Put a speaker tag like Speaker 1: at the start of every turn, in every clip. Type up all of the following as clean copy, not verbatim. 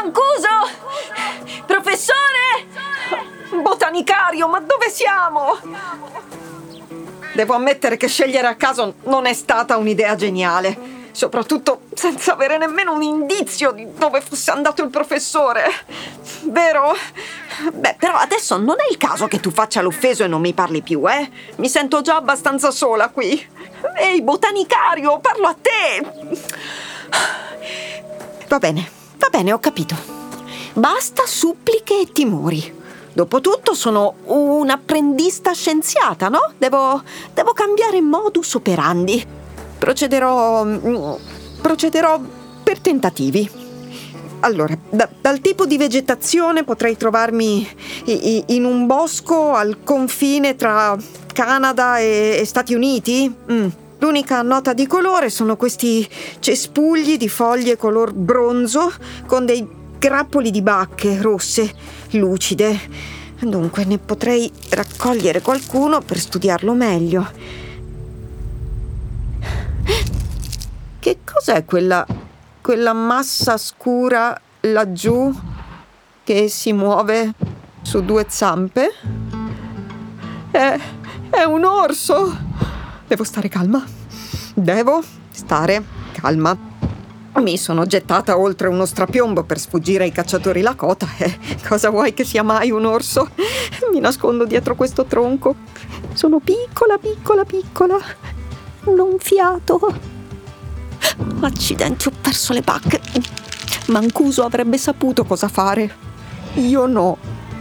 Speaker 1: Mancuso! Professore!
Speaker 2: Botanicario, ma dove siamo? Devo ammettere che scegliere a caso non è stata un'idea geniale. Soprattutto senza avere nemmeno un indizio di dove fosse andato il professore. Vero? Beh, però adesso non è il caso che tu faccia l'offeso e non mi parli più, eh? Mi sento già abbastanza sola qui. Ehi, botanicario, parlo a te! Va bene, ho capito. Basta suppliche e timori. Dopotutto sono un'apprendista scienziata, no? Devo cambiare modus operandi. Procederò per tentativi. Allora, dal tipo di vegetazione potrei trovarmi in un bosco al confine tra Canada e Stati Uniti. L'unica nota di colore sono questi cespugli di foglie color bronzo con dei grappoli di bacche rosse, lucide. Dunque, ne potrei raccogliere qualcuno per studiarlo meglio. Che cos'è quella massa scura laggiù che si muove su due zampe? È un orso! Devo stare calma. Mi sono gettata oltre uno strapiombo per sfuggire ai cacciatori Lakota. Cosa vuoi che sia mai un orso? Mi nascondo dietro questo tronco. Sono piccola. Non fiato. Accidenti, ho perso le bacche. Mancuso avrebbe saputo cosa fare. Io no.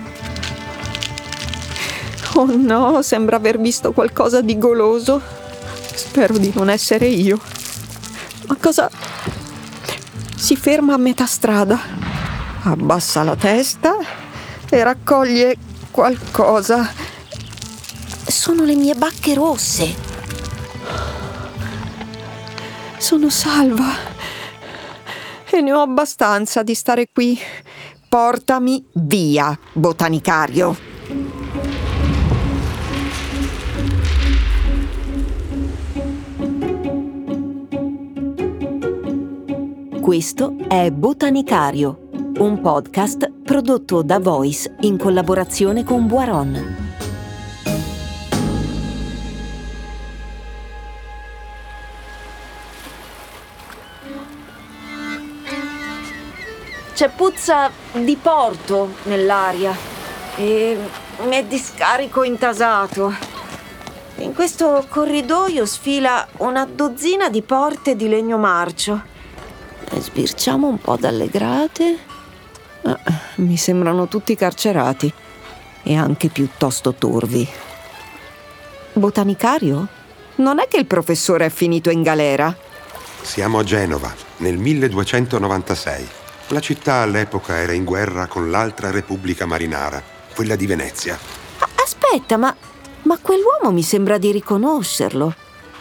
Speaker 2: Oh no, sembra aver visto qualcosa di goloso. Spero di non essere io. Ma cosa? Si ferma a metà strada, abbassa la testa e raccoglie qualcosa. Sono le mie bacche rosse. Sono salva e ne ho abbastanza di stare qui. Portami via, botanicario.
Speaker 1: Questo è Botanicario, un podcast prodotto da Voice in collaborazione con Boiron. C'è puzza di porto nell'aria e di scarico intasato. In questo corridoio sfila una dozzina di porte di legno marcio. Sbirciamo un po' dalle grate. Mi sembrano tutti carcerati e anche piuttosto torvi. Botanicario? Non è che il professore è finito in galera?
Speaker 3: Siamo a Genova, nel 1296. La città all'epoca era in guerra con l'altra Repubblica Marinara, quella di Venezia.
Speaker 1: Aspetta, ma quell'uomo mi sembra di riconoscerlo.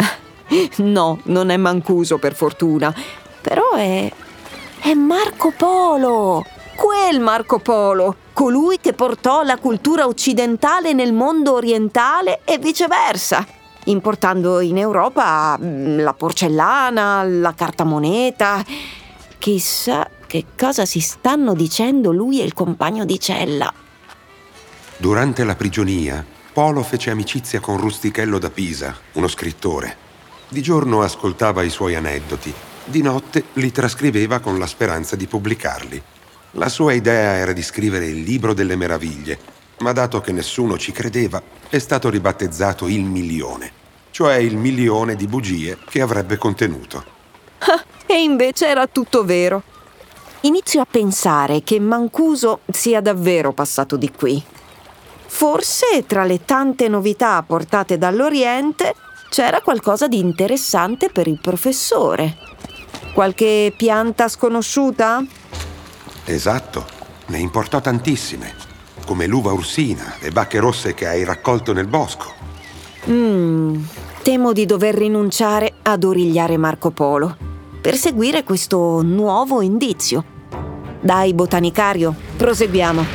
Speaker 1: No, non è Mancuso, per fortuna. Però è Marco Polo! Quel Marco Polo! Colui che portò la cultura occidentale nel mondo orientale e viceversa, importando in Europa la porcellana, la carta moneta. Chissà che cosa si stanno dicendo lui e il compagno di cella.
Speaker 3: Durante la prigionia, Polo fece amicizia con Rustichello da Pisa, uno scrittore. Di giorno ascoltava i suoi aneddoti, di notte li trascriveva con la speranza di pubblicarli. La sua idea era di scrivere il Libro delle Meraviglie, ma dato che nessuno ci credeva, è stato ribattezzato il Milione, cioè il milione di bugie che avrebbe contenuto.
Speaker 1: E invece era tutto vero. Inizio a pensare che Mancuso sia davvero passato di qui. Forse tra le tante novità portate dall'Oriente c'era qualcosa di interessante per il professore. Qualche pianta sconosciuta?
Speaker 3: Esatto, ne importò tantissime, come l'uva ursina, le bacche rosse che hai raccolto nel bosco.
Speaker 1: Temo di dover rinunciare ad origliare Marco Polo per seguire questo nuovo indizio. Dai, botanicario, proseguiamo.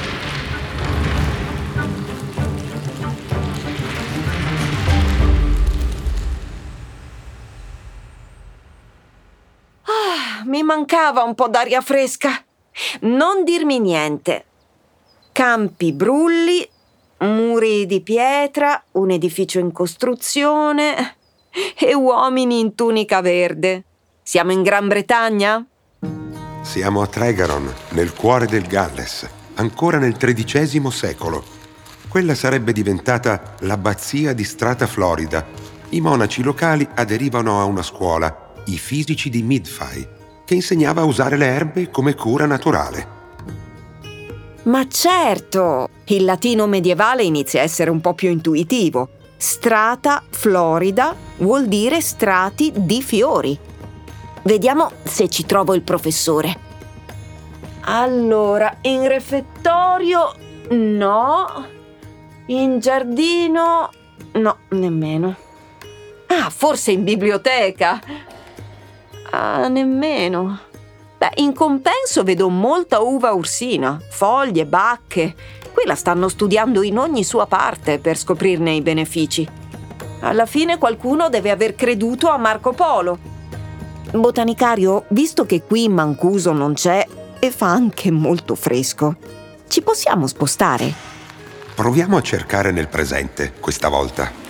Speaker 1: Mi mancava un po' d'aria fresca. Non dirmi niente. Campi brulli, muri di pietra, un edificio in costruzione e uomini in tunica verde. Siamo in Gran Bretagna?
Speaker 3: Siamo a Tregaron, nel cuore del Galles, ancora nel XIII secolo. Quella sarebbe diventata l'abbazia di Strata Florida. I monaci locali aderivano a una scuola, i fisici di Midfai, che insegnava a usare le erbe come cura naturale.
Speaker 1: Ma certo! Il latino medievale inizia a essere un po' più intuitivo. Strata Florida vuol dire strati di fiori. Vediamo se ci trovo il professore. Allora, in refettorio no, in giardino no, nemmeno. Ah, forse in biblioteca. Ah, nemmeno. Beh, in compenso vedo molta uva ursina, foglie, bacche. Qui la stanno studiando in ogni sua parte per scoprirne i benefici. Alla fine qualcuno deve aver creduto a Marco Polo. Botanicario, visto che qui in Mancuso non c'è e fa anche molto fresco, ci possiamo spostare?
Speaker 3: Proviamo a cercare nel presente, questa volta.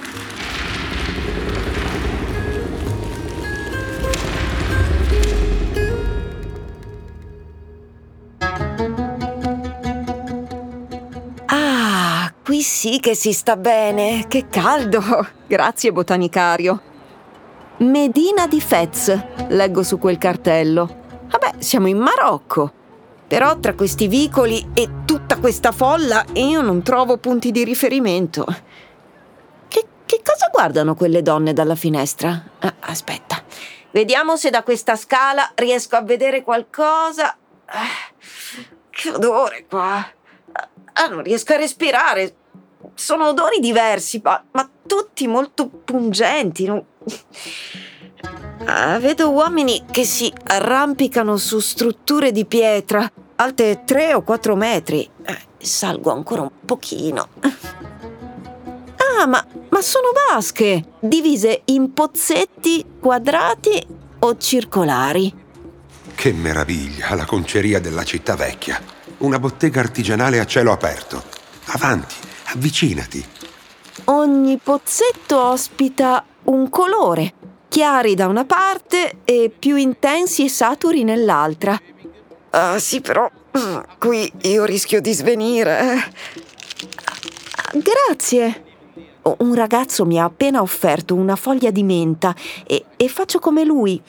Speaker 1: Ah, qui sì che si sta bene, che caldo! Grazie, botanicario. Medina di Fez, leggo su quel cartello. Vabbè, siamo in Marocco. Però tra questi vicoli e tutta questa folla io non trovo punti di riferimento. Che cosa guardano quelle donne dalla finestra? Ah, aspetta. Vediamo se da questa scala riesco a vedere qualcosa. Che odore qua. Non riesco a respirare. Sono odori diversi, ma tutti molto pungenti. Vedo uomini che si arrampicano su strutture di pietra, alte 3 o 4 metri. Salgo ancora un pochino. Ma sono vasche, divise in pozzetti quadrati o circolari.
Speaker 3: Che meraviglia, la conceria della città vecchia. Una bottega artigianale a cielo aperto. Avanti, avvicinati.
Speaker 1: Ogni pozzetto ospita un colore, chiari da una parte e più intensi e saturi nell'altra. Sì, però qui io rischio di svenire. Grazie. Un ragazzo mi ha appena offerto una foglia di menta e faccio come lui.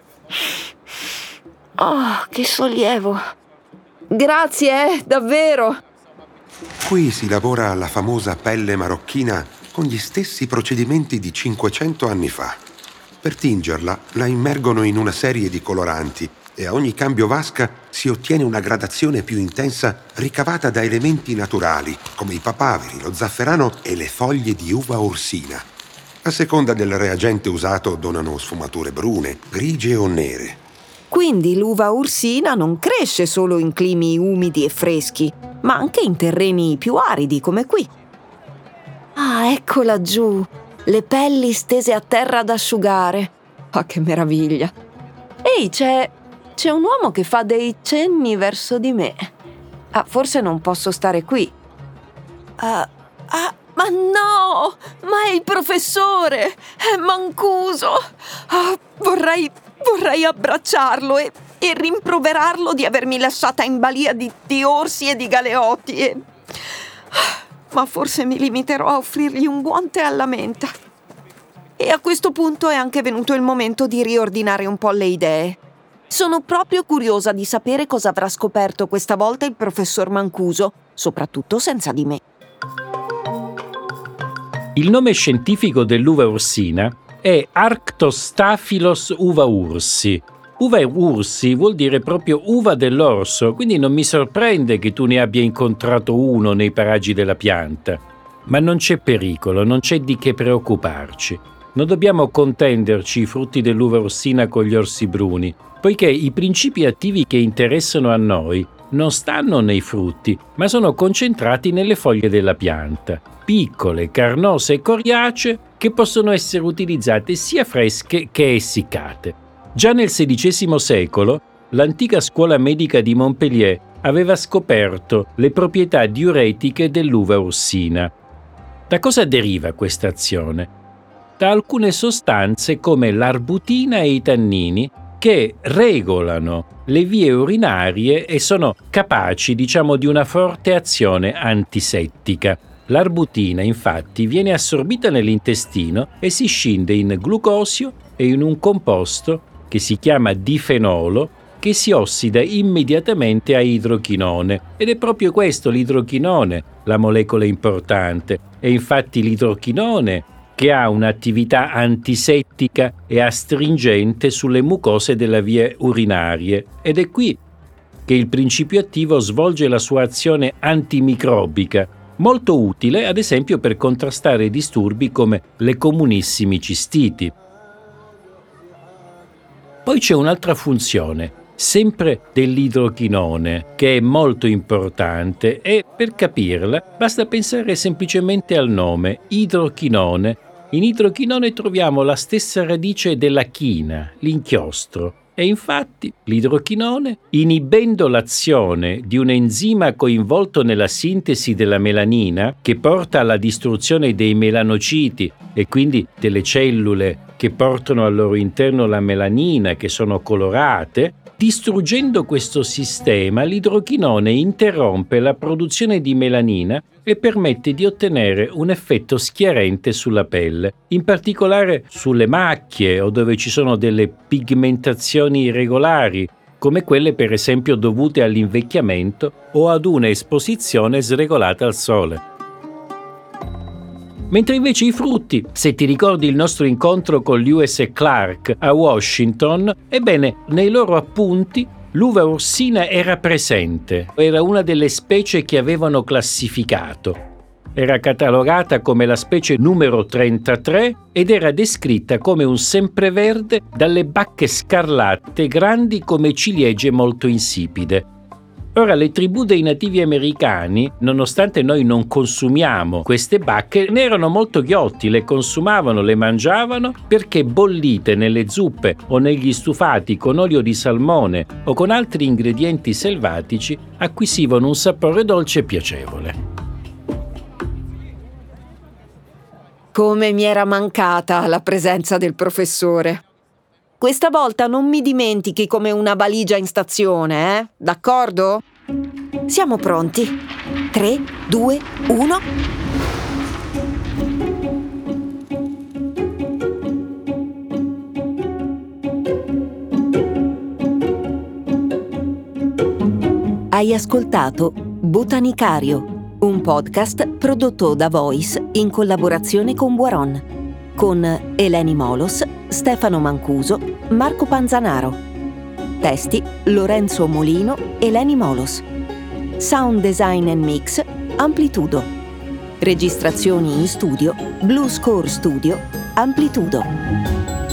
Speaker 1: Oh, che sollievo. Grazie, davvero.
Speaker 3: Qui si lavora alla famosa pelle marocchina con gli stessi procedimenti di 500 anni fa. Per tingerla, la immergono in una serie di coloranti e a ogni cambio vasca si ottiene una gradazione più intensa ricavata da elementi naturali, come i papaveri, lo zafferano e le foglie di uva orsina. A seconda del reagente usato donano sfumature brune, grigie o nere.
Speaker 1: Quindi l'uva ursina non cresce solo in climi umidi e freschi, ma anche in terreni più aridi come qui. Ah, ecco laggiù, le pelli stese a terra ad asciugare. Ah, che meraviglia! Ehi, c'è un uomo che fa dei cenni verso di me. Ah, forse non posso stare qui. Ma no! Ma è il professore! È Mancuso! Ah, vorrei abbracciarlo e rimproverarlo di avermi lasciata in balia di orsi e di galeotti. Ma forse mi limiterò a offrirgli un buon tè alla menta. E a questo punto è anche venuto il momento di riordinare un po' le idee. Sono proprio curiosa di sapere cosa avrà scoperto questa volta il professor Mancuso, soprattutto senza di me.
Speaker 4: Il nome scientifico dell'uva ursina è Arctostaphylos uva ursi. Uva ursi vuol dire proprio uva dell'orso, quindi non mi sorprende che tu ne abbia incontrato uno nei paraggi della pianta. Ma non c'è pericolo, non c'è di che preoccuparci. Non dobbiamo contenderci i frutti dell'uva ursina con gli orsi bruni, poiché i principi attivi che interessano a noi non stanno nei frutti, ma sono concentrati nelle foglie della pianta, piccole, carnose e coriacee che possono essere utilizzate sia fresche che essiccate. Già nel XVI secolo l'antica scuola medica di Montpellier aveva scoperto le proprietà diuretiche dell'uva ursina. Da cosa deriva questa azione? Da alcune sostanze come l'arbutina e i tannini che regolano le vie urinarie e sono capaci, di una forte azione antisettica. L'arbutina, infatti, viene assorbita nell'intestino e si scinde in glucosio e in un composto che si chiama difenolo, che si ossida immediatamente a idrochinone. Ed è proprio questo, l'idrochinone, la molecola importante. È infatti l'idrochinone che ha un'attività antisettica e astringente sulle mucose delle vie urinarie. Ed è qui che il principio attivo svolge la sua azione antimicrobica, molto utile ad esempio per contrastare disturbi come le comunissimi cistiti. Poi c'è un'altra funzione, sempre dell'idrochinone, che è molto importante e per capirla basta pensare semplicemente al nome, idrochinone. In idrochinone troviamo la stessa radice della china, l'inchiostro. E infatti l'idrochinone, inibendo l'azione di un enzima coinvolto nella sintesi della melanina, che porta alla distruzione dei melanociti e quindi delle cellule che portano al loro interno la melanina, che sono colorate, distruggendo questo sistema, l'idrochinone interrompe la produzione di melanina e permette di ottenere un effetto schiarente sulla pelle, in particolare sulle macchie o dove ci sono delle pigmentazioni irregolari, come quelle per esempio dovute all'invecchiamento o ad una esposizione sregolata al sole. Mentre invece i frutti, se ti ricordi il nostro incontro con Lewis e Clark a Washington, ebbene, nei loro appunti l'uva ursina era presente, era una delle specie che avevano classificato. Era catalogata come la specie numero 33 ed era descritta come un sempreverde dalle bacche scarlatte grandi come ciliegie molto insipide. Ora, le tribù dei nativi americani, nonostante noi non consumiamo queste bacche, ne erano molto ghiotti, le consumavano, le mangiavano perché bollite nelle zuppe o negli stufati con olio di salmone o con altri ingredienti selvatici acquisivano un sapore dolce e piacevole.
Speaker 1: Come mi era mancata la presenza del professore. Questa volta non mi dimentichi come una valigia in stazione, eh? D'accordo? Siamo pronti. 3, 2, 1. Hai ascoltato Botanicario, un podcast prodotto da Voice in collaborazione con Boiron, con Eleni Molos, Stefano Mancuso, Marco Panzanaro. Testi Lorenzo Molino, Eleni Molos. Sound design and mix Amplitudo. Registrazioni in studio Blue Score Studio, Amplitudo.